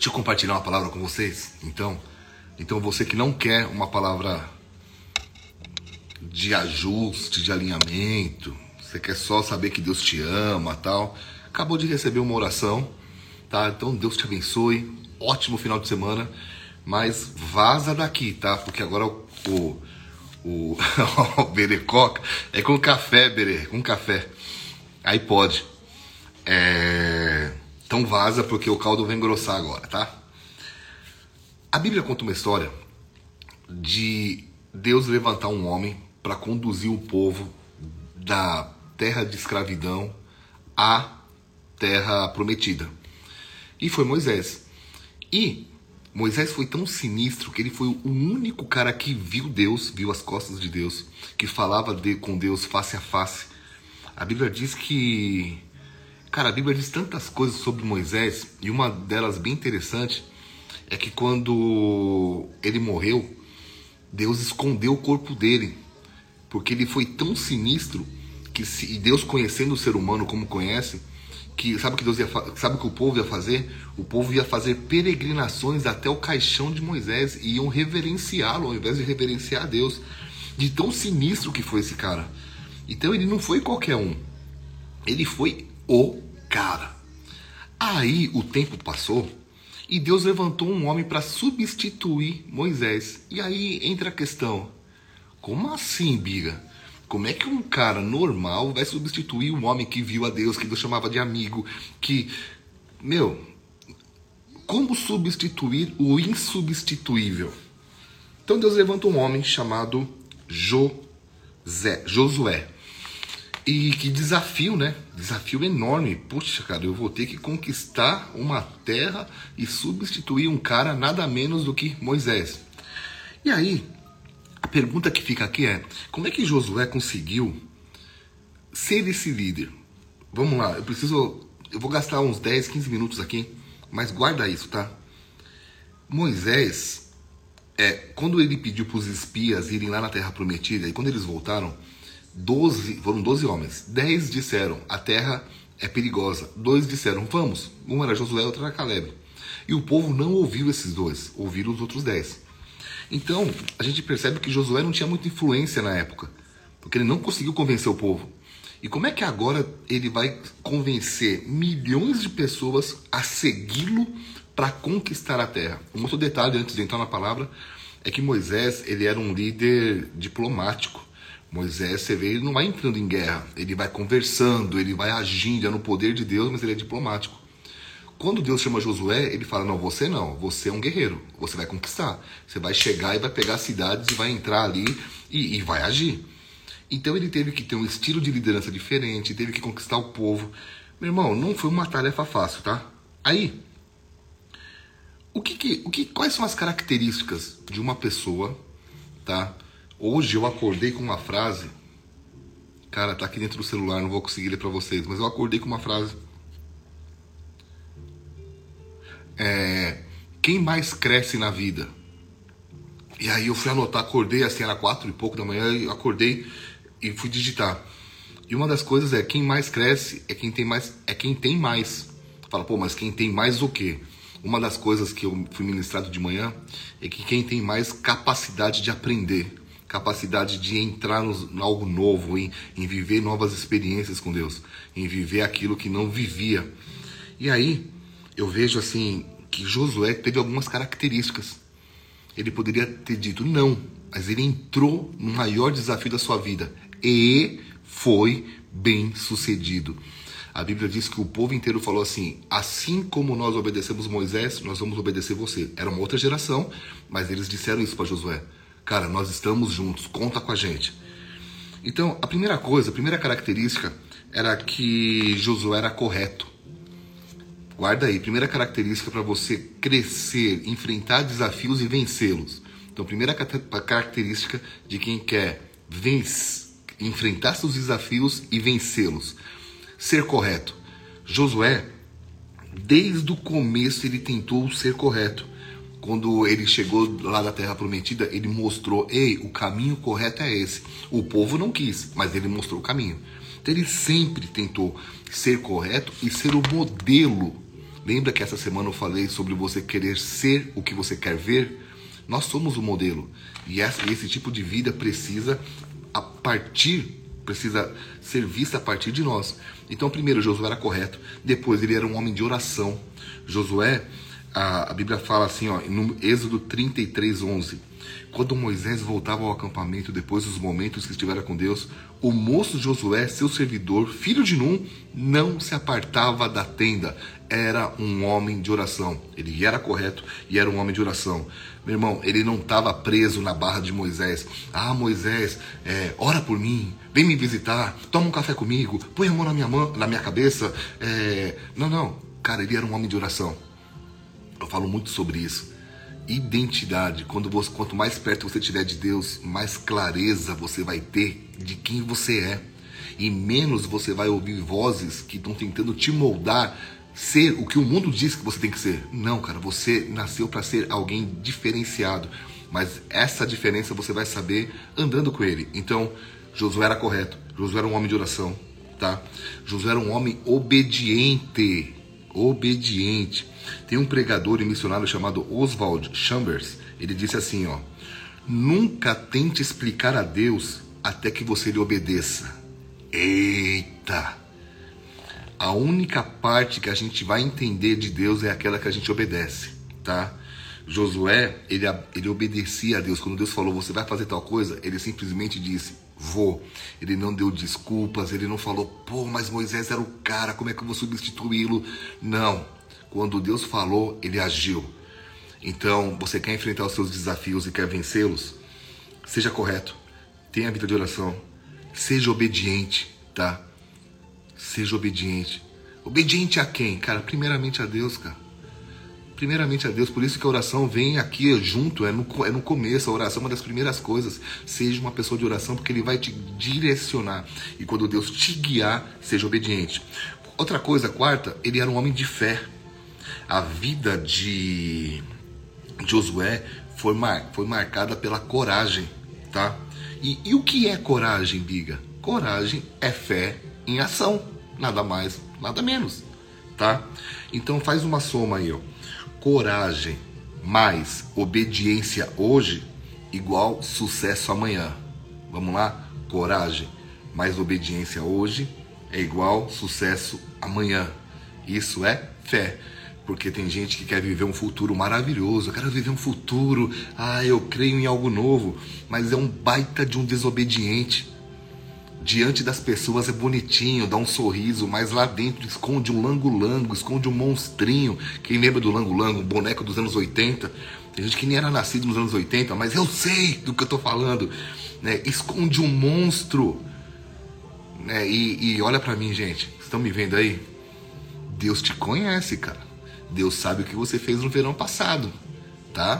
Deixa eu compartilhar uma palavra com vocês. Então você que não quer uma palavra de ajuste, de alinhamento, você quer só saber que Deus te ama, tal, acabou de receber uma oração, tá? Então Deus te abençoe, ótimo final de semana, mas vaza daqui, tá? Porque agora o Berecoca é com café, Berê, com café. Aí pode. Então vaza, porque o caldo vai engrossar agora, tá? A Bíblia conta uma história de Deus levantar um homem para conduzir o povo da terra de escravidão à terra prometida. E foi Moisés. E Moisés foi tão sinistro que ele foi o único cara que viu Deus, viu as costas de Deus, que falava com Deus face a face. A Bíblia diz que... Cara, a Bíblia diz tantas coisas sobre Moisés, e uma delas bem interessante é que quando ele morreu, Deus escondeu o corpo dele, porque ele foi tão sinistro que e Deus, conhecendo o ser humano como conhece, que sabe o que o povo ia fazer? O povo ia fazer peregrinações até o caixão de Moisés e iam reverenciá-lo ao invés de reverenciar a Deus. De tão sinistro que foi esse cara. Então ele não foi qualquer um. Ele foi o cara. Aí o tempo passou e Deus levantou um homem para substituir Moisés. E aí entra a questão: como assim, Biga? Como é que um cara normal vai substituir um homem que viu a Deus, que Deus chamava de amigo, que... como substituir o insubstituível? Então Deus levanta um homem chamado Josué. E que desafio, né? Desafio enorme. Puxa, cara, eu vou ter que conquistar uma terra e substituir um cara nada menos do que Moisés. E aí, a pergunta que fica aqui é: como é que Josué conseguiu ser esse líder? Vamos lá, eu vou gastar uns 10, 15 minutos aqui, mas guarda isso, tá? Moisés, quando ele pediu para os espias irem lá na Terra Prometida, e quando eles voltaram, foram 12 homens. 10 disseram: a terra é perigosa. 2 disseram: vamos. Um era Josué, outro era Caleb. E o povo não ouviu esses 2, ouviram os outros 10. Então, a gente percebe que Josué não tinha muita influência na época, porque ele não conseguiu convencer o povo. E como é que agora ele vai convencer milhões de pessoas a segui-lo para conquistar a terra? Um outro detalhe, antes de entrar na palavra, é que Moisés, ele era um líder diplomático. Moisés, você vê, ele não vai entrando em guerra, ele vai conversando, ele vai agindo, é no poder de Deus, mas ele é diplomático. Quando Deus chama Josué, ele fala: não, você é um guerreiro, você vai conquistar. Você vai chegar e vai pegar cidades e vai entrar ali e vai agir. Então ele teve que ter um estilo de liderança diferente, teve que conquistar o povo. Meu irmão, não foi uma tarefa fácil, tá? Aí, quais são as características de uma pessoa, tá? Hoje eu acordei com uma frase, cara, tá aqui dentro do celular, não vou conseguir ler pra vocês, mas eu acordei com uma frase. Quem mais cresce na vida? E aí eu fui anotar, acordei assim, era 4 e pouco da manhã, eu acordei e fui digitar. E uma das coisas é: quem mais cresce é quem tem mais. Fala, pô, mas quem tem mais o quê? Uma das coisas que eu fui ministrado de manhã é que quem tem mais capacidade de aprender, capacidade de entrar em algo novo, em viver novas experiências com Deus, em viver aquilo que não vivia. E aí eu vejo assim que Josué teve algumas características. Ele poderia ter dito não, mas ele entrou no maior desafio da sua vida e foi bem sucedido. A Bíblia diz que o povo inteiro falou assim: assim como nós obedecemos Moisés, nós vamos obedecer você. Era uma outra geração, mas eles disseram isso para Josué: cara, nós estamos juntos, conta com a gente. Então, a primeira característica era que Josué era correto. Guarda aí, primeira característica para você crescer, enfrentar desafios e vencê-los. Então, primeira característica de quem quer enfrentar seus desafios e vencê-los: ser correto. Josué, desde o começo, ele tentou ser correto. Quando ele chegou lá da Terra Prometida, ele mostrou: ei, o caminho correto é esse. O povo não quis, mas ele mostrou o caminho. Então ele sempre tentou ser correto e ser o modelo Lembra que essa semana eu falei sobre você querer ser o que você quer ver? Nós somos o modelo. E esse tipo de vida precisa ser vista a partir de nós. Então, primeiro, Josué era correto. Depois, ele era um homem de oração. Josué, a Bíblia fala assim, ó, no Êxodo 33:11. Quando Moisés voltava ao acampamento depois dos momentos que estivera com Deus, o moço Josué, seu servidor, filho de Num, não se apartava da tenda. Era um homem de oração. Ele era correto e era um homem de oração. Meu irmão, ele não estava preso na barra de Moisés. Ah, Moisés, ora por mim, vem me visitar, toma um café comigo, põe a mão na minha cabeça. Não. Cara, ele era um homem de oração. Eu falo muito sobre isso. Identidade. Quanto mais perto você estiver de Deus, mais clareza você vai ter de quem você é. E menos você vai ouvir vozes que estão tentando te moldar, ser o que o mundo diz que você tem que ser. Não, cara, você nasceu para ser alguém diferenciado. Mas essa diferença você vai saber andando com ele. Então, Josué era correto. Josué era um homem de oração, tá? Josué era um homem obediente. Tem um pregador e missionário chamado Oswald Chambers. Ele disse assim, ó: nunca tente explicar a Deus até que você lhe obedeça. Eita! A única parte que a gente vai entender de Deus é aquela que a gente obedece, tá? Josué, ele obedecia a Deus. Quando Deus falou, você vai fazer tal coisa, ele simplesmente disse, vou. Ele não deu desculpas, ele não falou, pô, mas Moisés era o cara, como é que eu vou substituí-lo? Não. Quando Deus falou, ele agiu. Então, você quer enfrentar os seus desafios e quer vencê-los? Seja correto. Tenha vida de oração. Seja obediente, tá? Seja obediente. Obediente a quem? Cara, primeiramente a Deus, cara. Primeiramente a Deus. Por isso que a oração vem aqui junto, é no começo. A oração é uma das primeiras coisas. Seja uma pessoa de oração, porque ele vai te direcionar. E quando Deus te guiar, seja obediente. Outra coisa, quarta, ele era um homem de fé. A vida de Josué foi marcada pela coragem, tá? E o que é coragem, Biga? Coragem é fé em ação, nada mais, nada menos, tá? Então faz uma soma aí, ó. Coragem mais obediência hoje igual sucesso amanhã. Vamos lá? Coragem mais obediência hoje é igual sucesso amanhã. Isso é fé. Porque tem gente que quer viver um futuro maravilhoso. Eu quero viver um futuro, eu creio em algo novo. Mas é um baita de um desobediente. Diante das pessoas é bonitinho, dá um sorriso, mas lá dentro esconde um lango-lango, esconde um monstrinho. Quem lembra do lango-lango, um boneco dos anos 80? Tem gente que nem era nascido nos anos 80, mas eu sei do que eu tô falando, né? Esconde um monstro, né? E olha pra mim, gente, vocês estão me vendo aí? Deus te conhece, cara. Deus sabe o que você fez no verão passado, tá?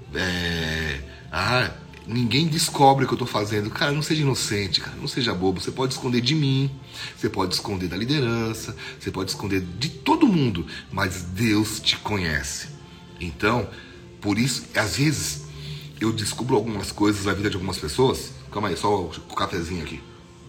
Ninguém descobre o que eu tô fazendo. Cara, não seja inocente, cara, não seja bobo. Você pode esconder de mim, você pode esconder da liderança, você pode esconder de todo mundo, mas Deus te conhece. Então, por isso, às vezes, eu descubro algumas coisas na vida de algumas pessoas. Calma aí, só o cafezinho aqui.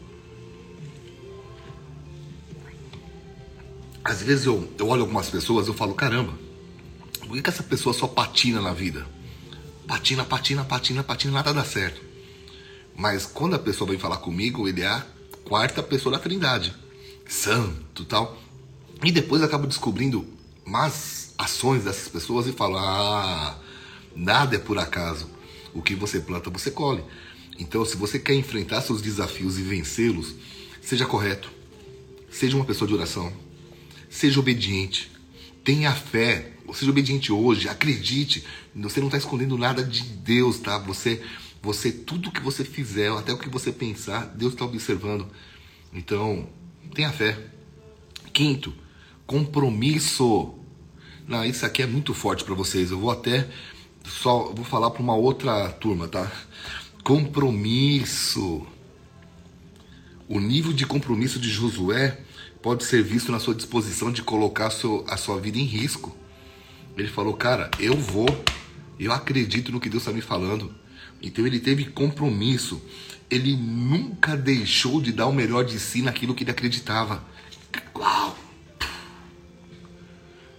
Às vezes eu olho algumas pessoas e eu falo, caramba, por que essa pessoa só patina na vida? Patina, nada dá certo. Mas quando a pessoa vem falar comigo, ele é a quarta pessoa da Trindade. Santo, tal. E depois eu acabo descobrindo más ações dessas pessoas e falo, nada é por acaso. O que você planta, você colhe. Então, se você quer enfrentar seus desafios e vencê-los, seja correto. Seja uma pessoa de oração. Seja obediente, tenha fé, seja obediente hoje, acredite, você não está escondendo nada de Deus, tá? Você, tudo que você fizer, até o que você pensar, Deus está observando. Então, tenha fé. Quinto, compromisso. Não, isso aqui é muito forte para vocês, eu vou falar para uma outra turma, tá? Compromisso. O nível de compromisso de Josué pode ser visto na sua disposição de colocar a sua vida em risco. Ele falou, cara, eu acredito no que Deus está me falando. Então ele teve compromisso. Ele nunca deixou de dar o melhor de si naquilo que ele acreditava. Uau!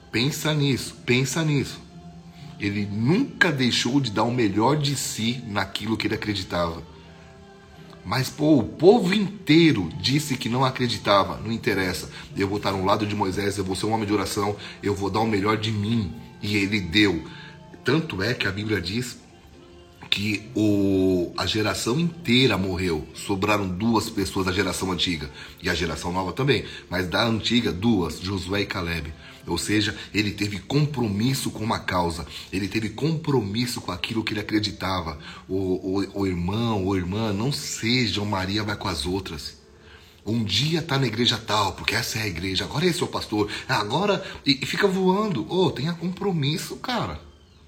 Pensa nisso, pensa nisso. Ele nunca deixou de dar o melhor de si naquilo que ele acreditava. Mas, pô, o povo inteiro disse que não acreditava. Não interessa. Eu vou estar no lado de Moisés, eu vou ser um homem de oração, eu vou dar o melhor de mim. E ele deu. Tanto é que a Bíblia diz que a geração inteira morreu. Sobraram 2 pessoas da geração antiga. E a geração nova também. Mas da antiga, 2, Josué e Caleb. Ou seja, ele teve compromisso com uma causa. Ele teve compromisso com aquilo que ele acreditava. O irmão ou irmã, não sejam Maria vai com as outras. Um dia tá na igreja tal, porque essa é a igreja. Agora esse é o pastor. Agora... E fica voando. Tenha compromisso, cara.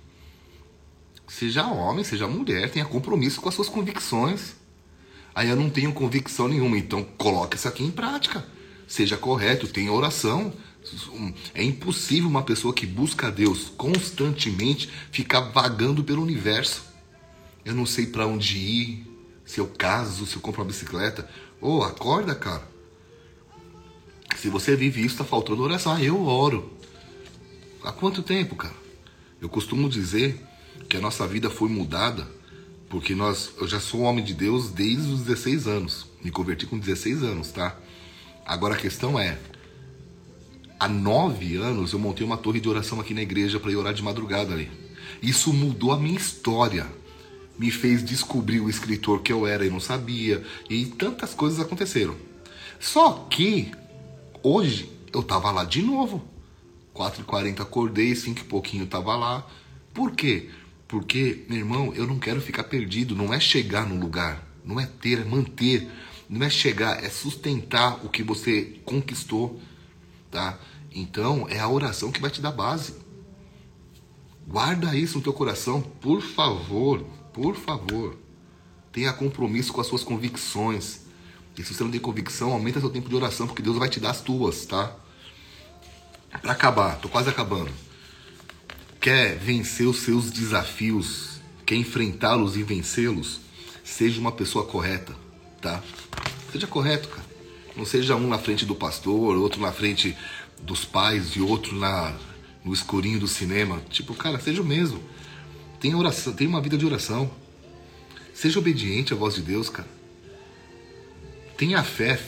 Seja homem, seja mulher, tenha compromisso com as suas convicções. Aí eu não tenho convicção nenhuma, então coloque isso aqui em prática. Seja correto, tenha oração. É impossível uma pessoa que busca a Deus constantemente ficar vagando pelo universo. Eu não sei para onde ir, se eu caso, se eu compro uma bicicleta. Acorda, cara. Se você vive isso, tá faltando oração. Eu oro. Há quanto tempo, cara? Eu costumo dizer que a nossa vida foi mudada porque eu já sou um homem de Deus desde os 16 anos. Me converti com 16 anos, tá? Agora a questão é, há 9 anos eu montei uma torre de oração aqui na igreja para ir orar de madrugada ali. Isso mudou a minha história. Me fez descobrir o escritor que eu era e não sabia. E tantas coisas aconteceram. Só que hoje eu tava lá de novo. 4h40 acordei, 5 e pouquinho eu tava lá. Por quê? Porque, meu irmão, eu não quero ficar perdido. Não é chegar no lugar. Não é ter, é manter. Não é chegar, é sustentar o que você conquistou. Tá? Então, é a oração que vai te dar base. Guarda isso no teu coração, por favor. Por favor. Tenha compromisso com as suas convicções. E se você não tem convicção, aumenta seu tempo de oração, porque Deus vai te dar as tuas, tá? Pra acabar, tô quase acabando. Quer vencer os seus desafios, quer enfrentá-los e vencê-los, seja uma pessoa correta, tá? Seja correto, cara. Não seja um na frente do pastor, outro na frente dos pais e outro no escurinho do cinema. Tipo, cara, seja o mesmo. Tenha oração, tenha uma vida de oração. Seja obediente à voz de Deus, cara. Tenha fé.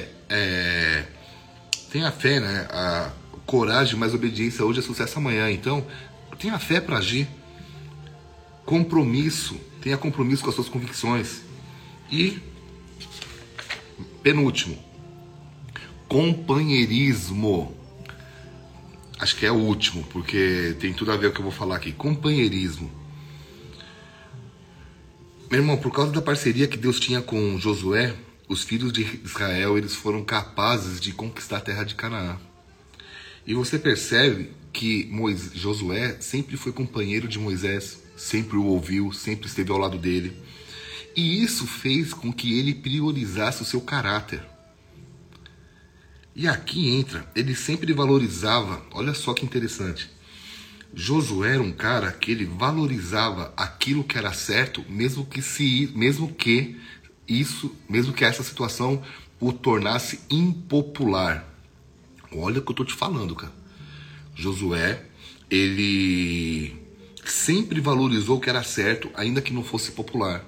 Tenha fé, né? A coragem mais obediência hoje é sucesso amanhã. Então, tenha fé para agir. Compromisso. Tenha compromisso com as suas convicções. E, penúltimo, companheirismo. Acho que é o último, porque tem tudo a ver com o que eu vou falar aqui. Companheirismo. Meu irmão, por causa da parceria que Deus tinha com Josué, os filhos de Israel, eles foram capazes de conquistar a terra de Canaã. E você percebe que Josué sempre foi companheiro de Moisés, sempre o ouviu, sempre esteve ao lado dele. E isso fez com que ele priorizasse o seu caráter. E aqui entra, ele sempre valorizava, olha só que interessante. Josué era um cara que ele valorizava aquilo que era certo, mesmo que essa situação o tornasse impopular. Olha o que eu tô te falando, cara. Josué, ele sempre valorizou o que era certo, ainda que não fosse popular.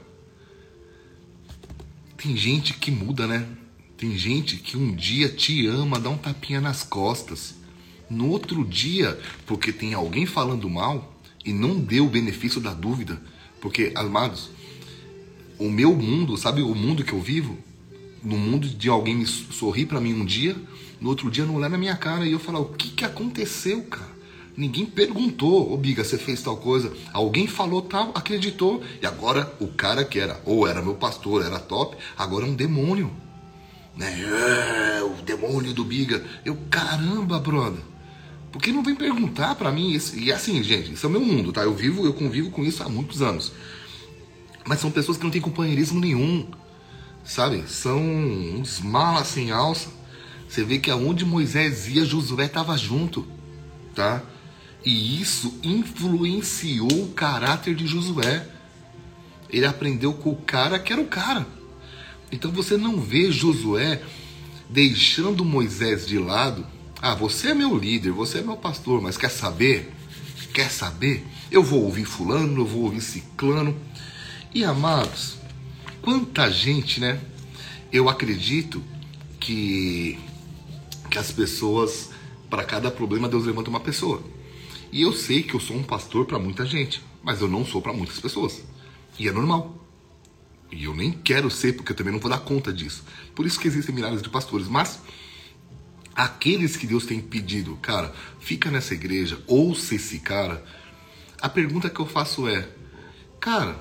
Tem gente que muda, né? Tem gente que um dia te ama, dá um tapinha nas costas. No outro dia, porque tem alguém falando mal e não deu o benefício da dúvida. Porque, amados, o meu mundo, sabe o mundo que eu vivo? No mundo de alguém me sorrir pra mim um dia, no outro dia não olhar na minha cara e eu falar, o que aconteceu, cara? Ninguém perguntou, Biga, você fez tal coisa. Alguém falou tal, acreditou. E agora o cara que era meu pastor, era top, agora é um demônio. Né? O demônio do Biga. Caramba, brother. Por que não vem perguntar pra mim isso? E assim, gente, isso é o meu mundo, tá? Eu convivo com isso há muitos anos. Mas são pessoas que não têm companheirismo nenhum, sabe? São uns malas sem alça. Você vê que aonde Moisés ia, Josué estava junto, tá? E isso influenciou o caráter de Josué. Ele aprendeu com o cara que era o cara. Então você não vê Josué deixando Moisés de lado, Ah, você é meu líder, você é meu pastor, mas quer saber? Quer saber? Eu vou ouvir fulano, eu vou ouvir ciclano. E amados, quanta gente, né? Eu acredito que as pessoas, para cada problema, Deus levanta uma pessoa. E eu sei que eu sou um pastor para muita gente, mas eu não sou para muitas pessoas. E é normal. E eu nem quero ser, porque eu também não vou dar conta disso. Por isso que existem milhares de pastores. Mas aqueles que Deus tem pedido, cara, fica nessa igreja, ouça esse cara. A pergunta que eu faço é, cara,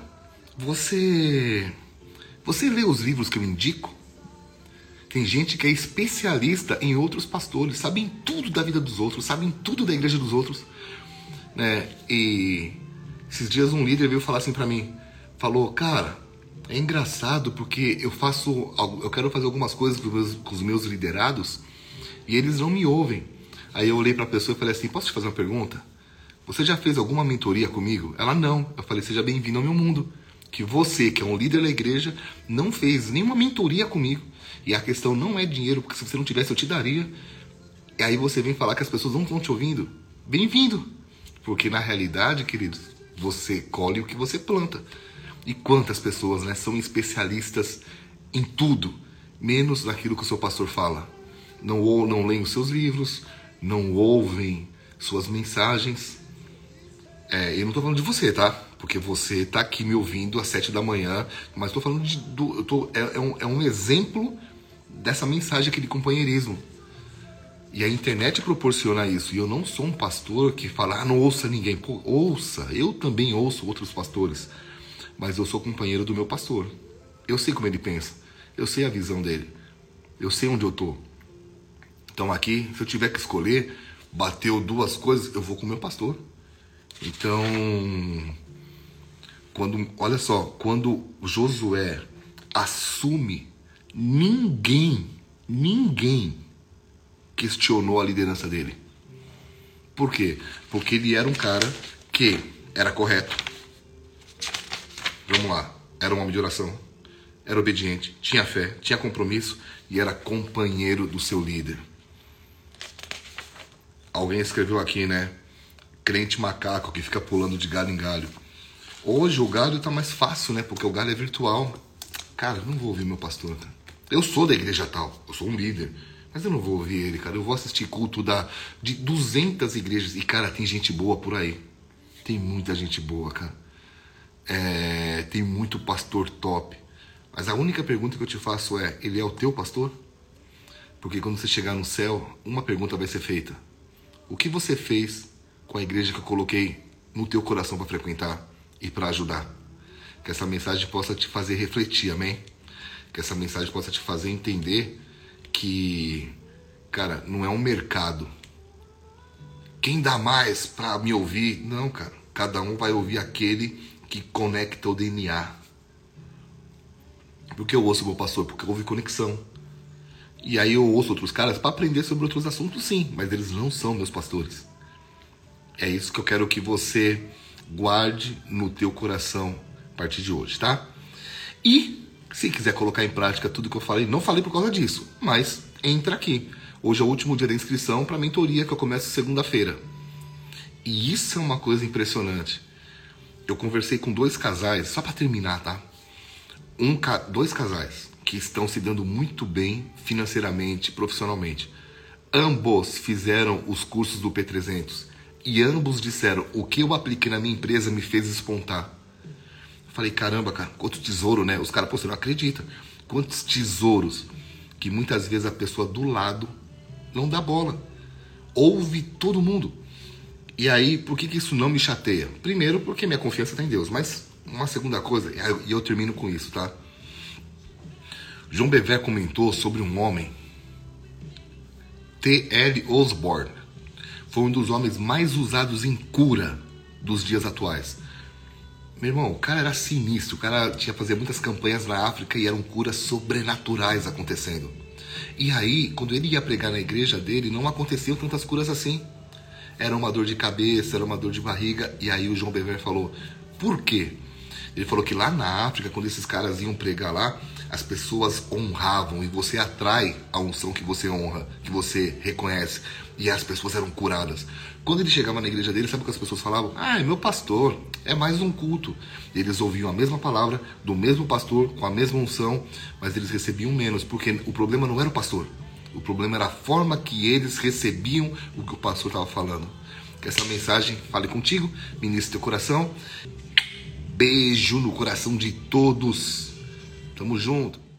você lê os livros que eu indico? Tem gente que é especialista em outros pastores, sabem tudo da vida dos outros, sabem tudo da igreja dos outros, né? E esses dias um líder veio falar assim pra mim, falou, cara, é engraçado porque eu quero fazer algumas coisas com os meus liderados e eles não me ouvem. Aí eu olhei pra pessoa e falei assim, posso te fazer uma pergunta? Você já fez alguma mentoria comigo? Ela não. Eu falei, seja bem-vindo ao meu mundo. Que você, que é um líder da igreja, não fez nenhuma mentoria comigo. E a questão não é dinheiro, porque se você não tivesse, eu te daria. E aí você vem falar que as pessoas não estão te ouvindo. Bem-vindo. Porque na realidade, queridos, você colhe o que você planta. E quantas pessoas, né, são especialistas em tudo, menos naquilo que o seu pastor fala. Não leem os seus livros, não ouvem suas mensagens. Eu não estou falando de você, tá? Porque você está aqui me ouvindo às 7 da manhã, mas estou falando é um exemplo dessa mensagem aqui de companheirismo. E a internet proporciona isso. E eu não sou um pastor que fala, não ouça ninguém. Pô, ouça. Eu também ouço outros pastores. Mas eu sou companheiro do meu pastor. Eu sei como ele pensa. Eu sei a visão dele. Eu sei onde eu tô. Então aqui, se eu tiver que escolher, bateu duas coisas, eu vou com o meu pastor. Então, olha só, quando Josué assume, ninguém questionou a liderança dele. Por quê? Porque ele era um cara que era correto. Vamos lá, era um homem de oração, era obediente, tinha fé, tinha compromisso e era companheiro do seu líder. Alguém escreveu aqui, né? Crente macaco que fica pulando de galho em galho. Hoje o galho tá mais fácil, né? Porque o galho é virtual. Cara, eu não vou ouvir meu pastor, cara. Eu sou da igreja tal, eu sou um líder. Mas eu não vou ouvir ele, cara. Eu vou assistir culto de 200 igrejas. E, cara, tem gente boa por aí. Tem muita gente boa, cara. Tem muito pastor top. Mas a única pergunta que eu te faço é, ele é o teu pastor? Porque quando você chegar no céu, uma pergunta vai ser feita. O que você fez com a igreja que eu coloquei no teu coração para frequentar e para ajudar? Que essa mensagem possa te fazer refletir, amém? Que essa mensagem possa te fazer entender que, cara, não é um mercado. Quem dá mais para me ouvir? Não, cara. Cada um vai ouvir aquele que conecta o DNA. Por que eu ouço o meu pastor? Porque houve conexão. E aí eu ouço outros caras para aprender sobre outros assuntos, sim. Mas eles não são meus pastores. É isso que eu quero que você guarde no teu coração a partir de hoje, tá? E se quiser colocar em prática tudo que eu falei, não falei por causa disso, mas entra aqui. Hoje é o último dia da inscrição para a mentoria que eu começo segunda-feira. E isso é uma coisa impressionante. Eu conversei com 2 casais, só para terminar, tá? 2 casais que estão se dando muito bem financeiramente, profissionalmente. Ambos fizeram os cursos do P300 e ambos disseram, o que eu apliquei na minha empresa me fez despontar. Eu falei, caramba, cara, quanto tesouro, né? Os caras, pô, você não acredita. Quantos tesouros que muitas vezes a pessoa do lado não dá bola. Ouve todo mundo. E aí, por que isso não me chateia? Primeiro, porque minha confiança está em Deus. Mas uma segunda coisa, e eu termino com isso, tá? João Bevé comentou sobre um homem, T.L. Osborne. Foi um dos homens mais usados em cura dos dias atuais. Meu irmão, o cara era sinistro. O cara tinha fazer muitas campanhas na África e eram curas sobrenaturais acontecendo. E aí, quando ele ia pregar na igreja dele, não aconteciam tantas curas assim. Era uma dor de cabeça, era uma dor de barriga. E aí o João Bever falou, por quê? Ele falou que lá na África, quando esses caras iam pregar lá, as pessoas honravam e você atrai a unção que você honra, que você reconhece. E as pessoas eram curadas. Quando ele chegava na igreja dele, sabe o que as pessoas falavam? Ah, é meu pastor, é mais um culto. E eles ouviam a mesma palavra do mesmo pastor, com a mesma unção, mas eles recebiam menos, porque o problema não era o pastor. O problema era a forma que eles recebiam o que o pastor estava falando. Que essa mensagem fale contigo, ministre teu coração. Beijo no coração de todos. Tamo junto.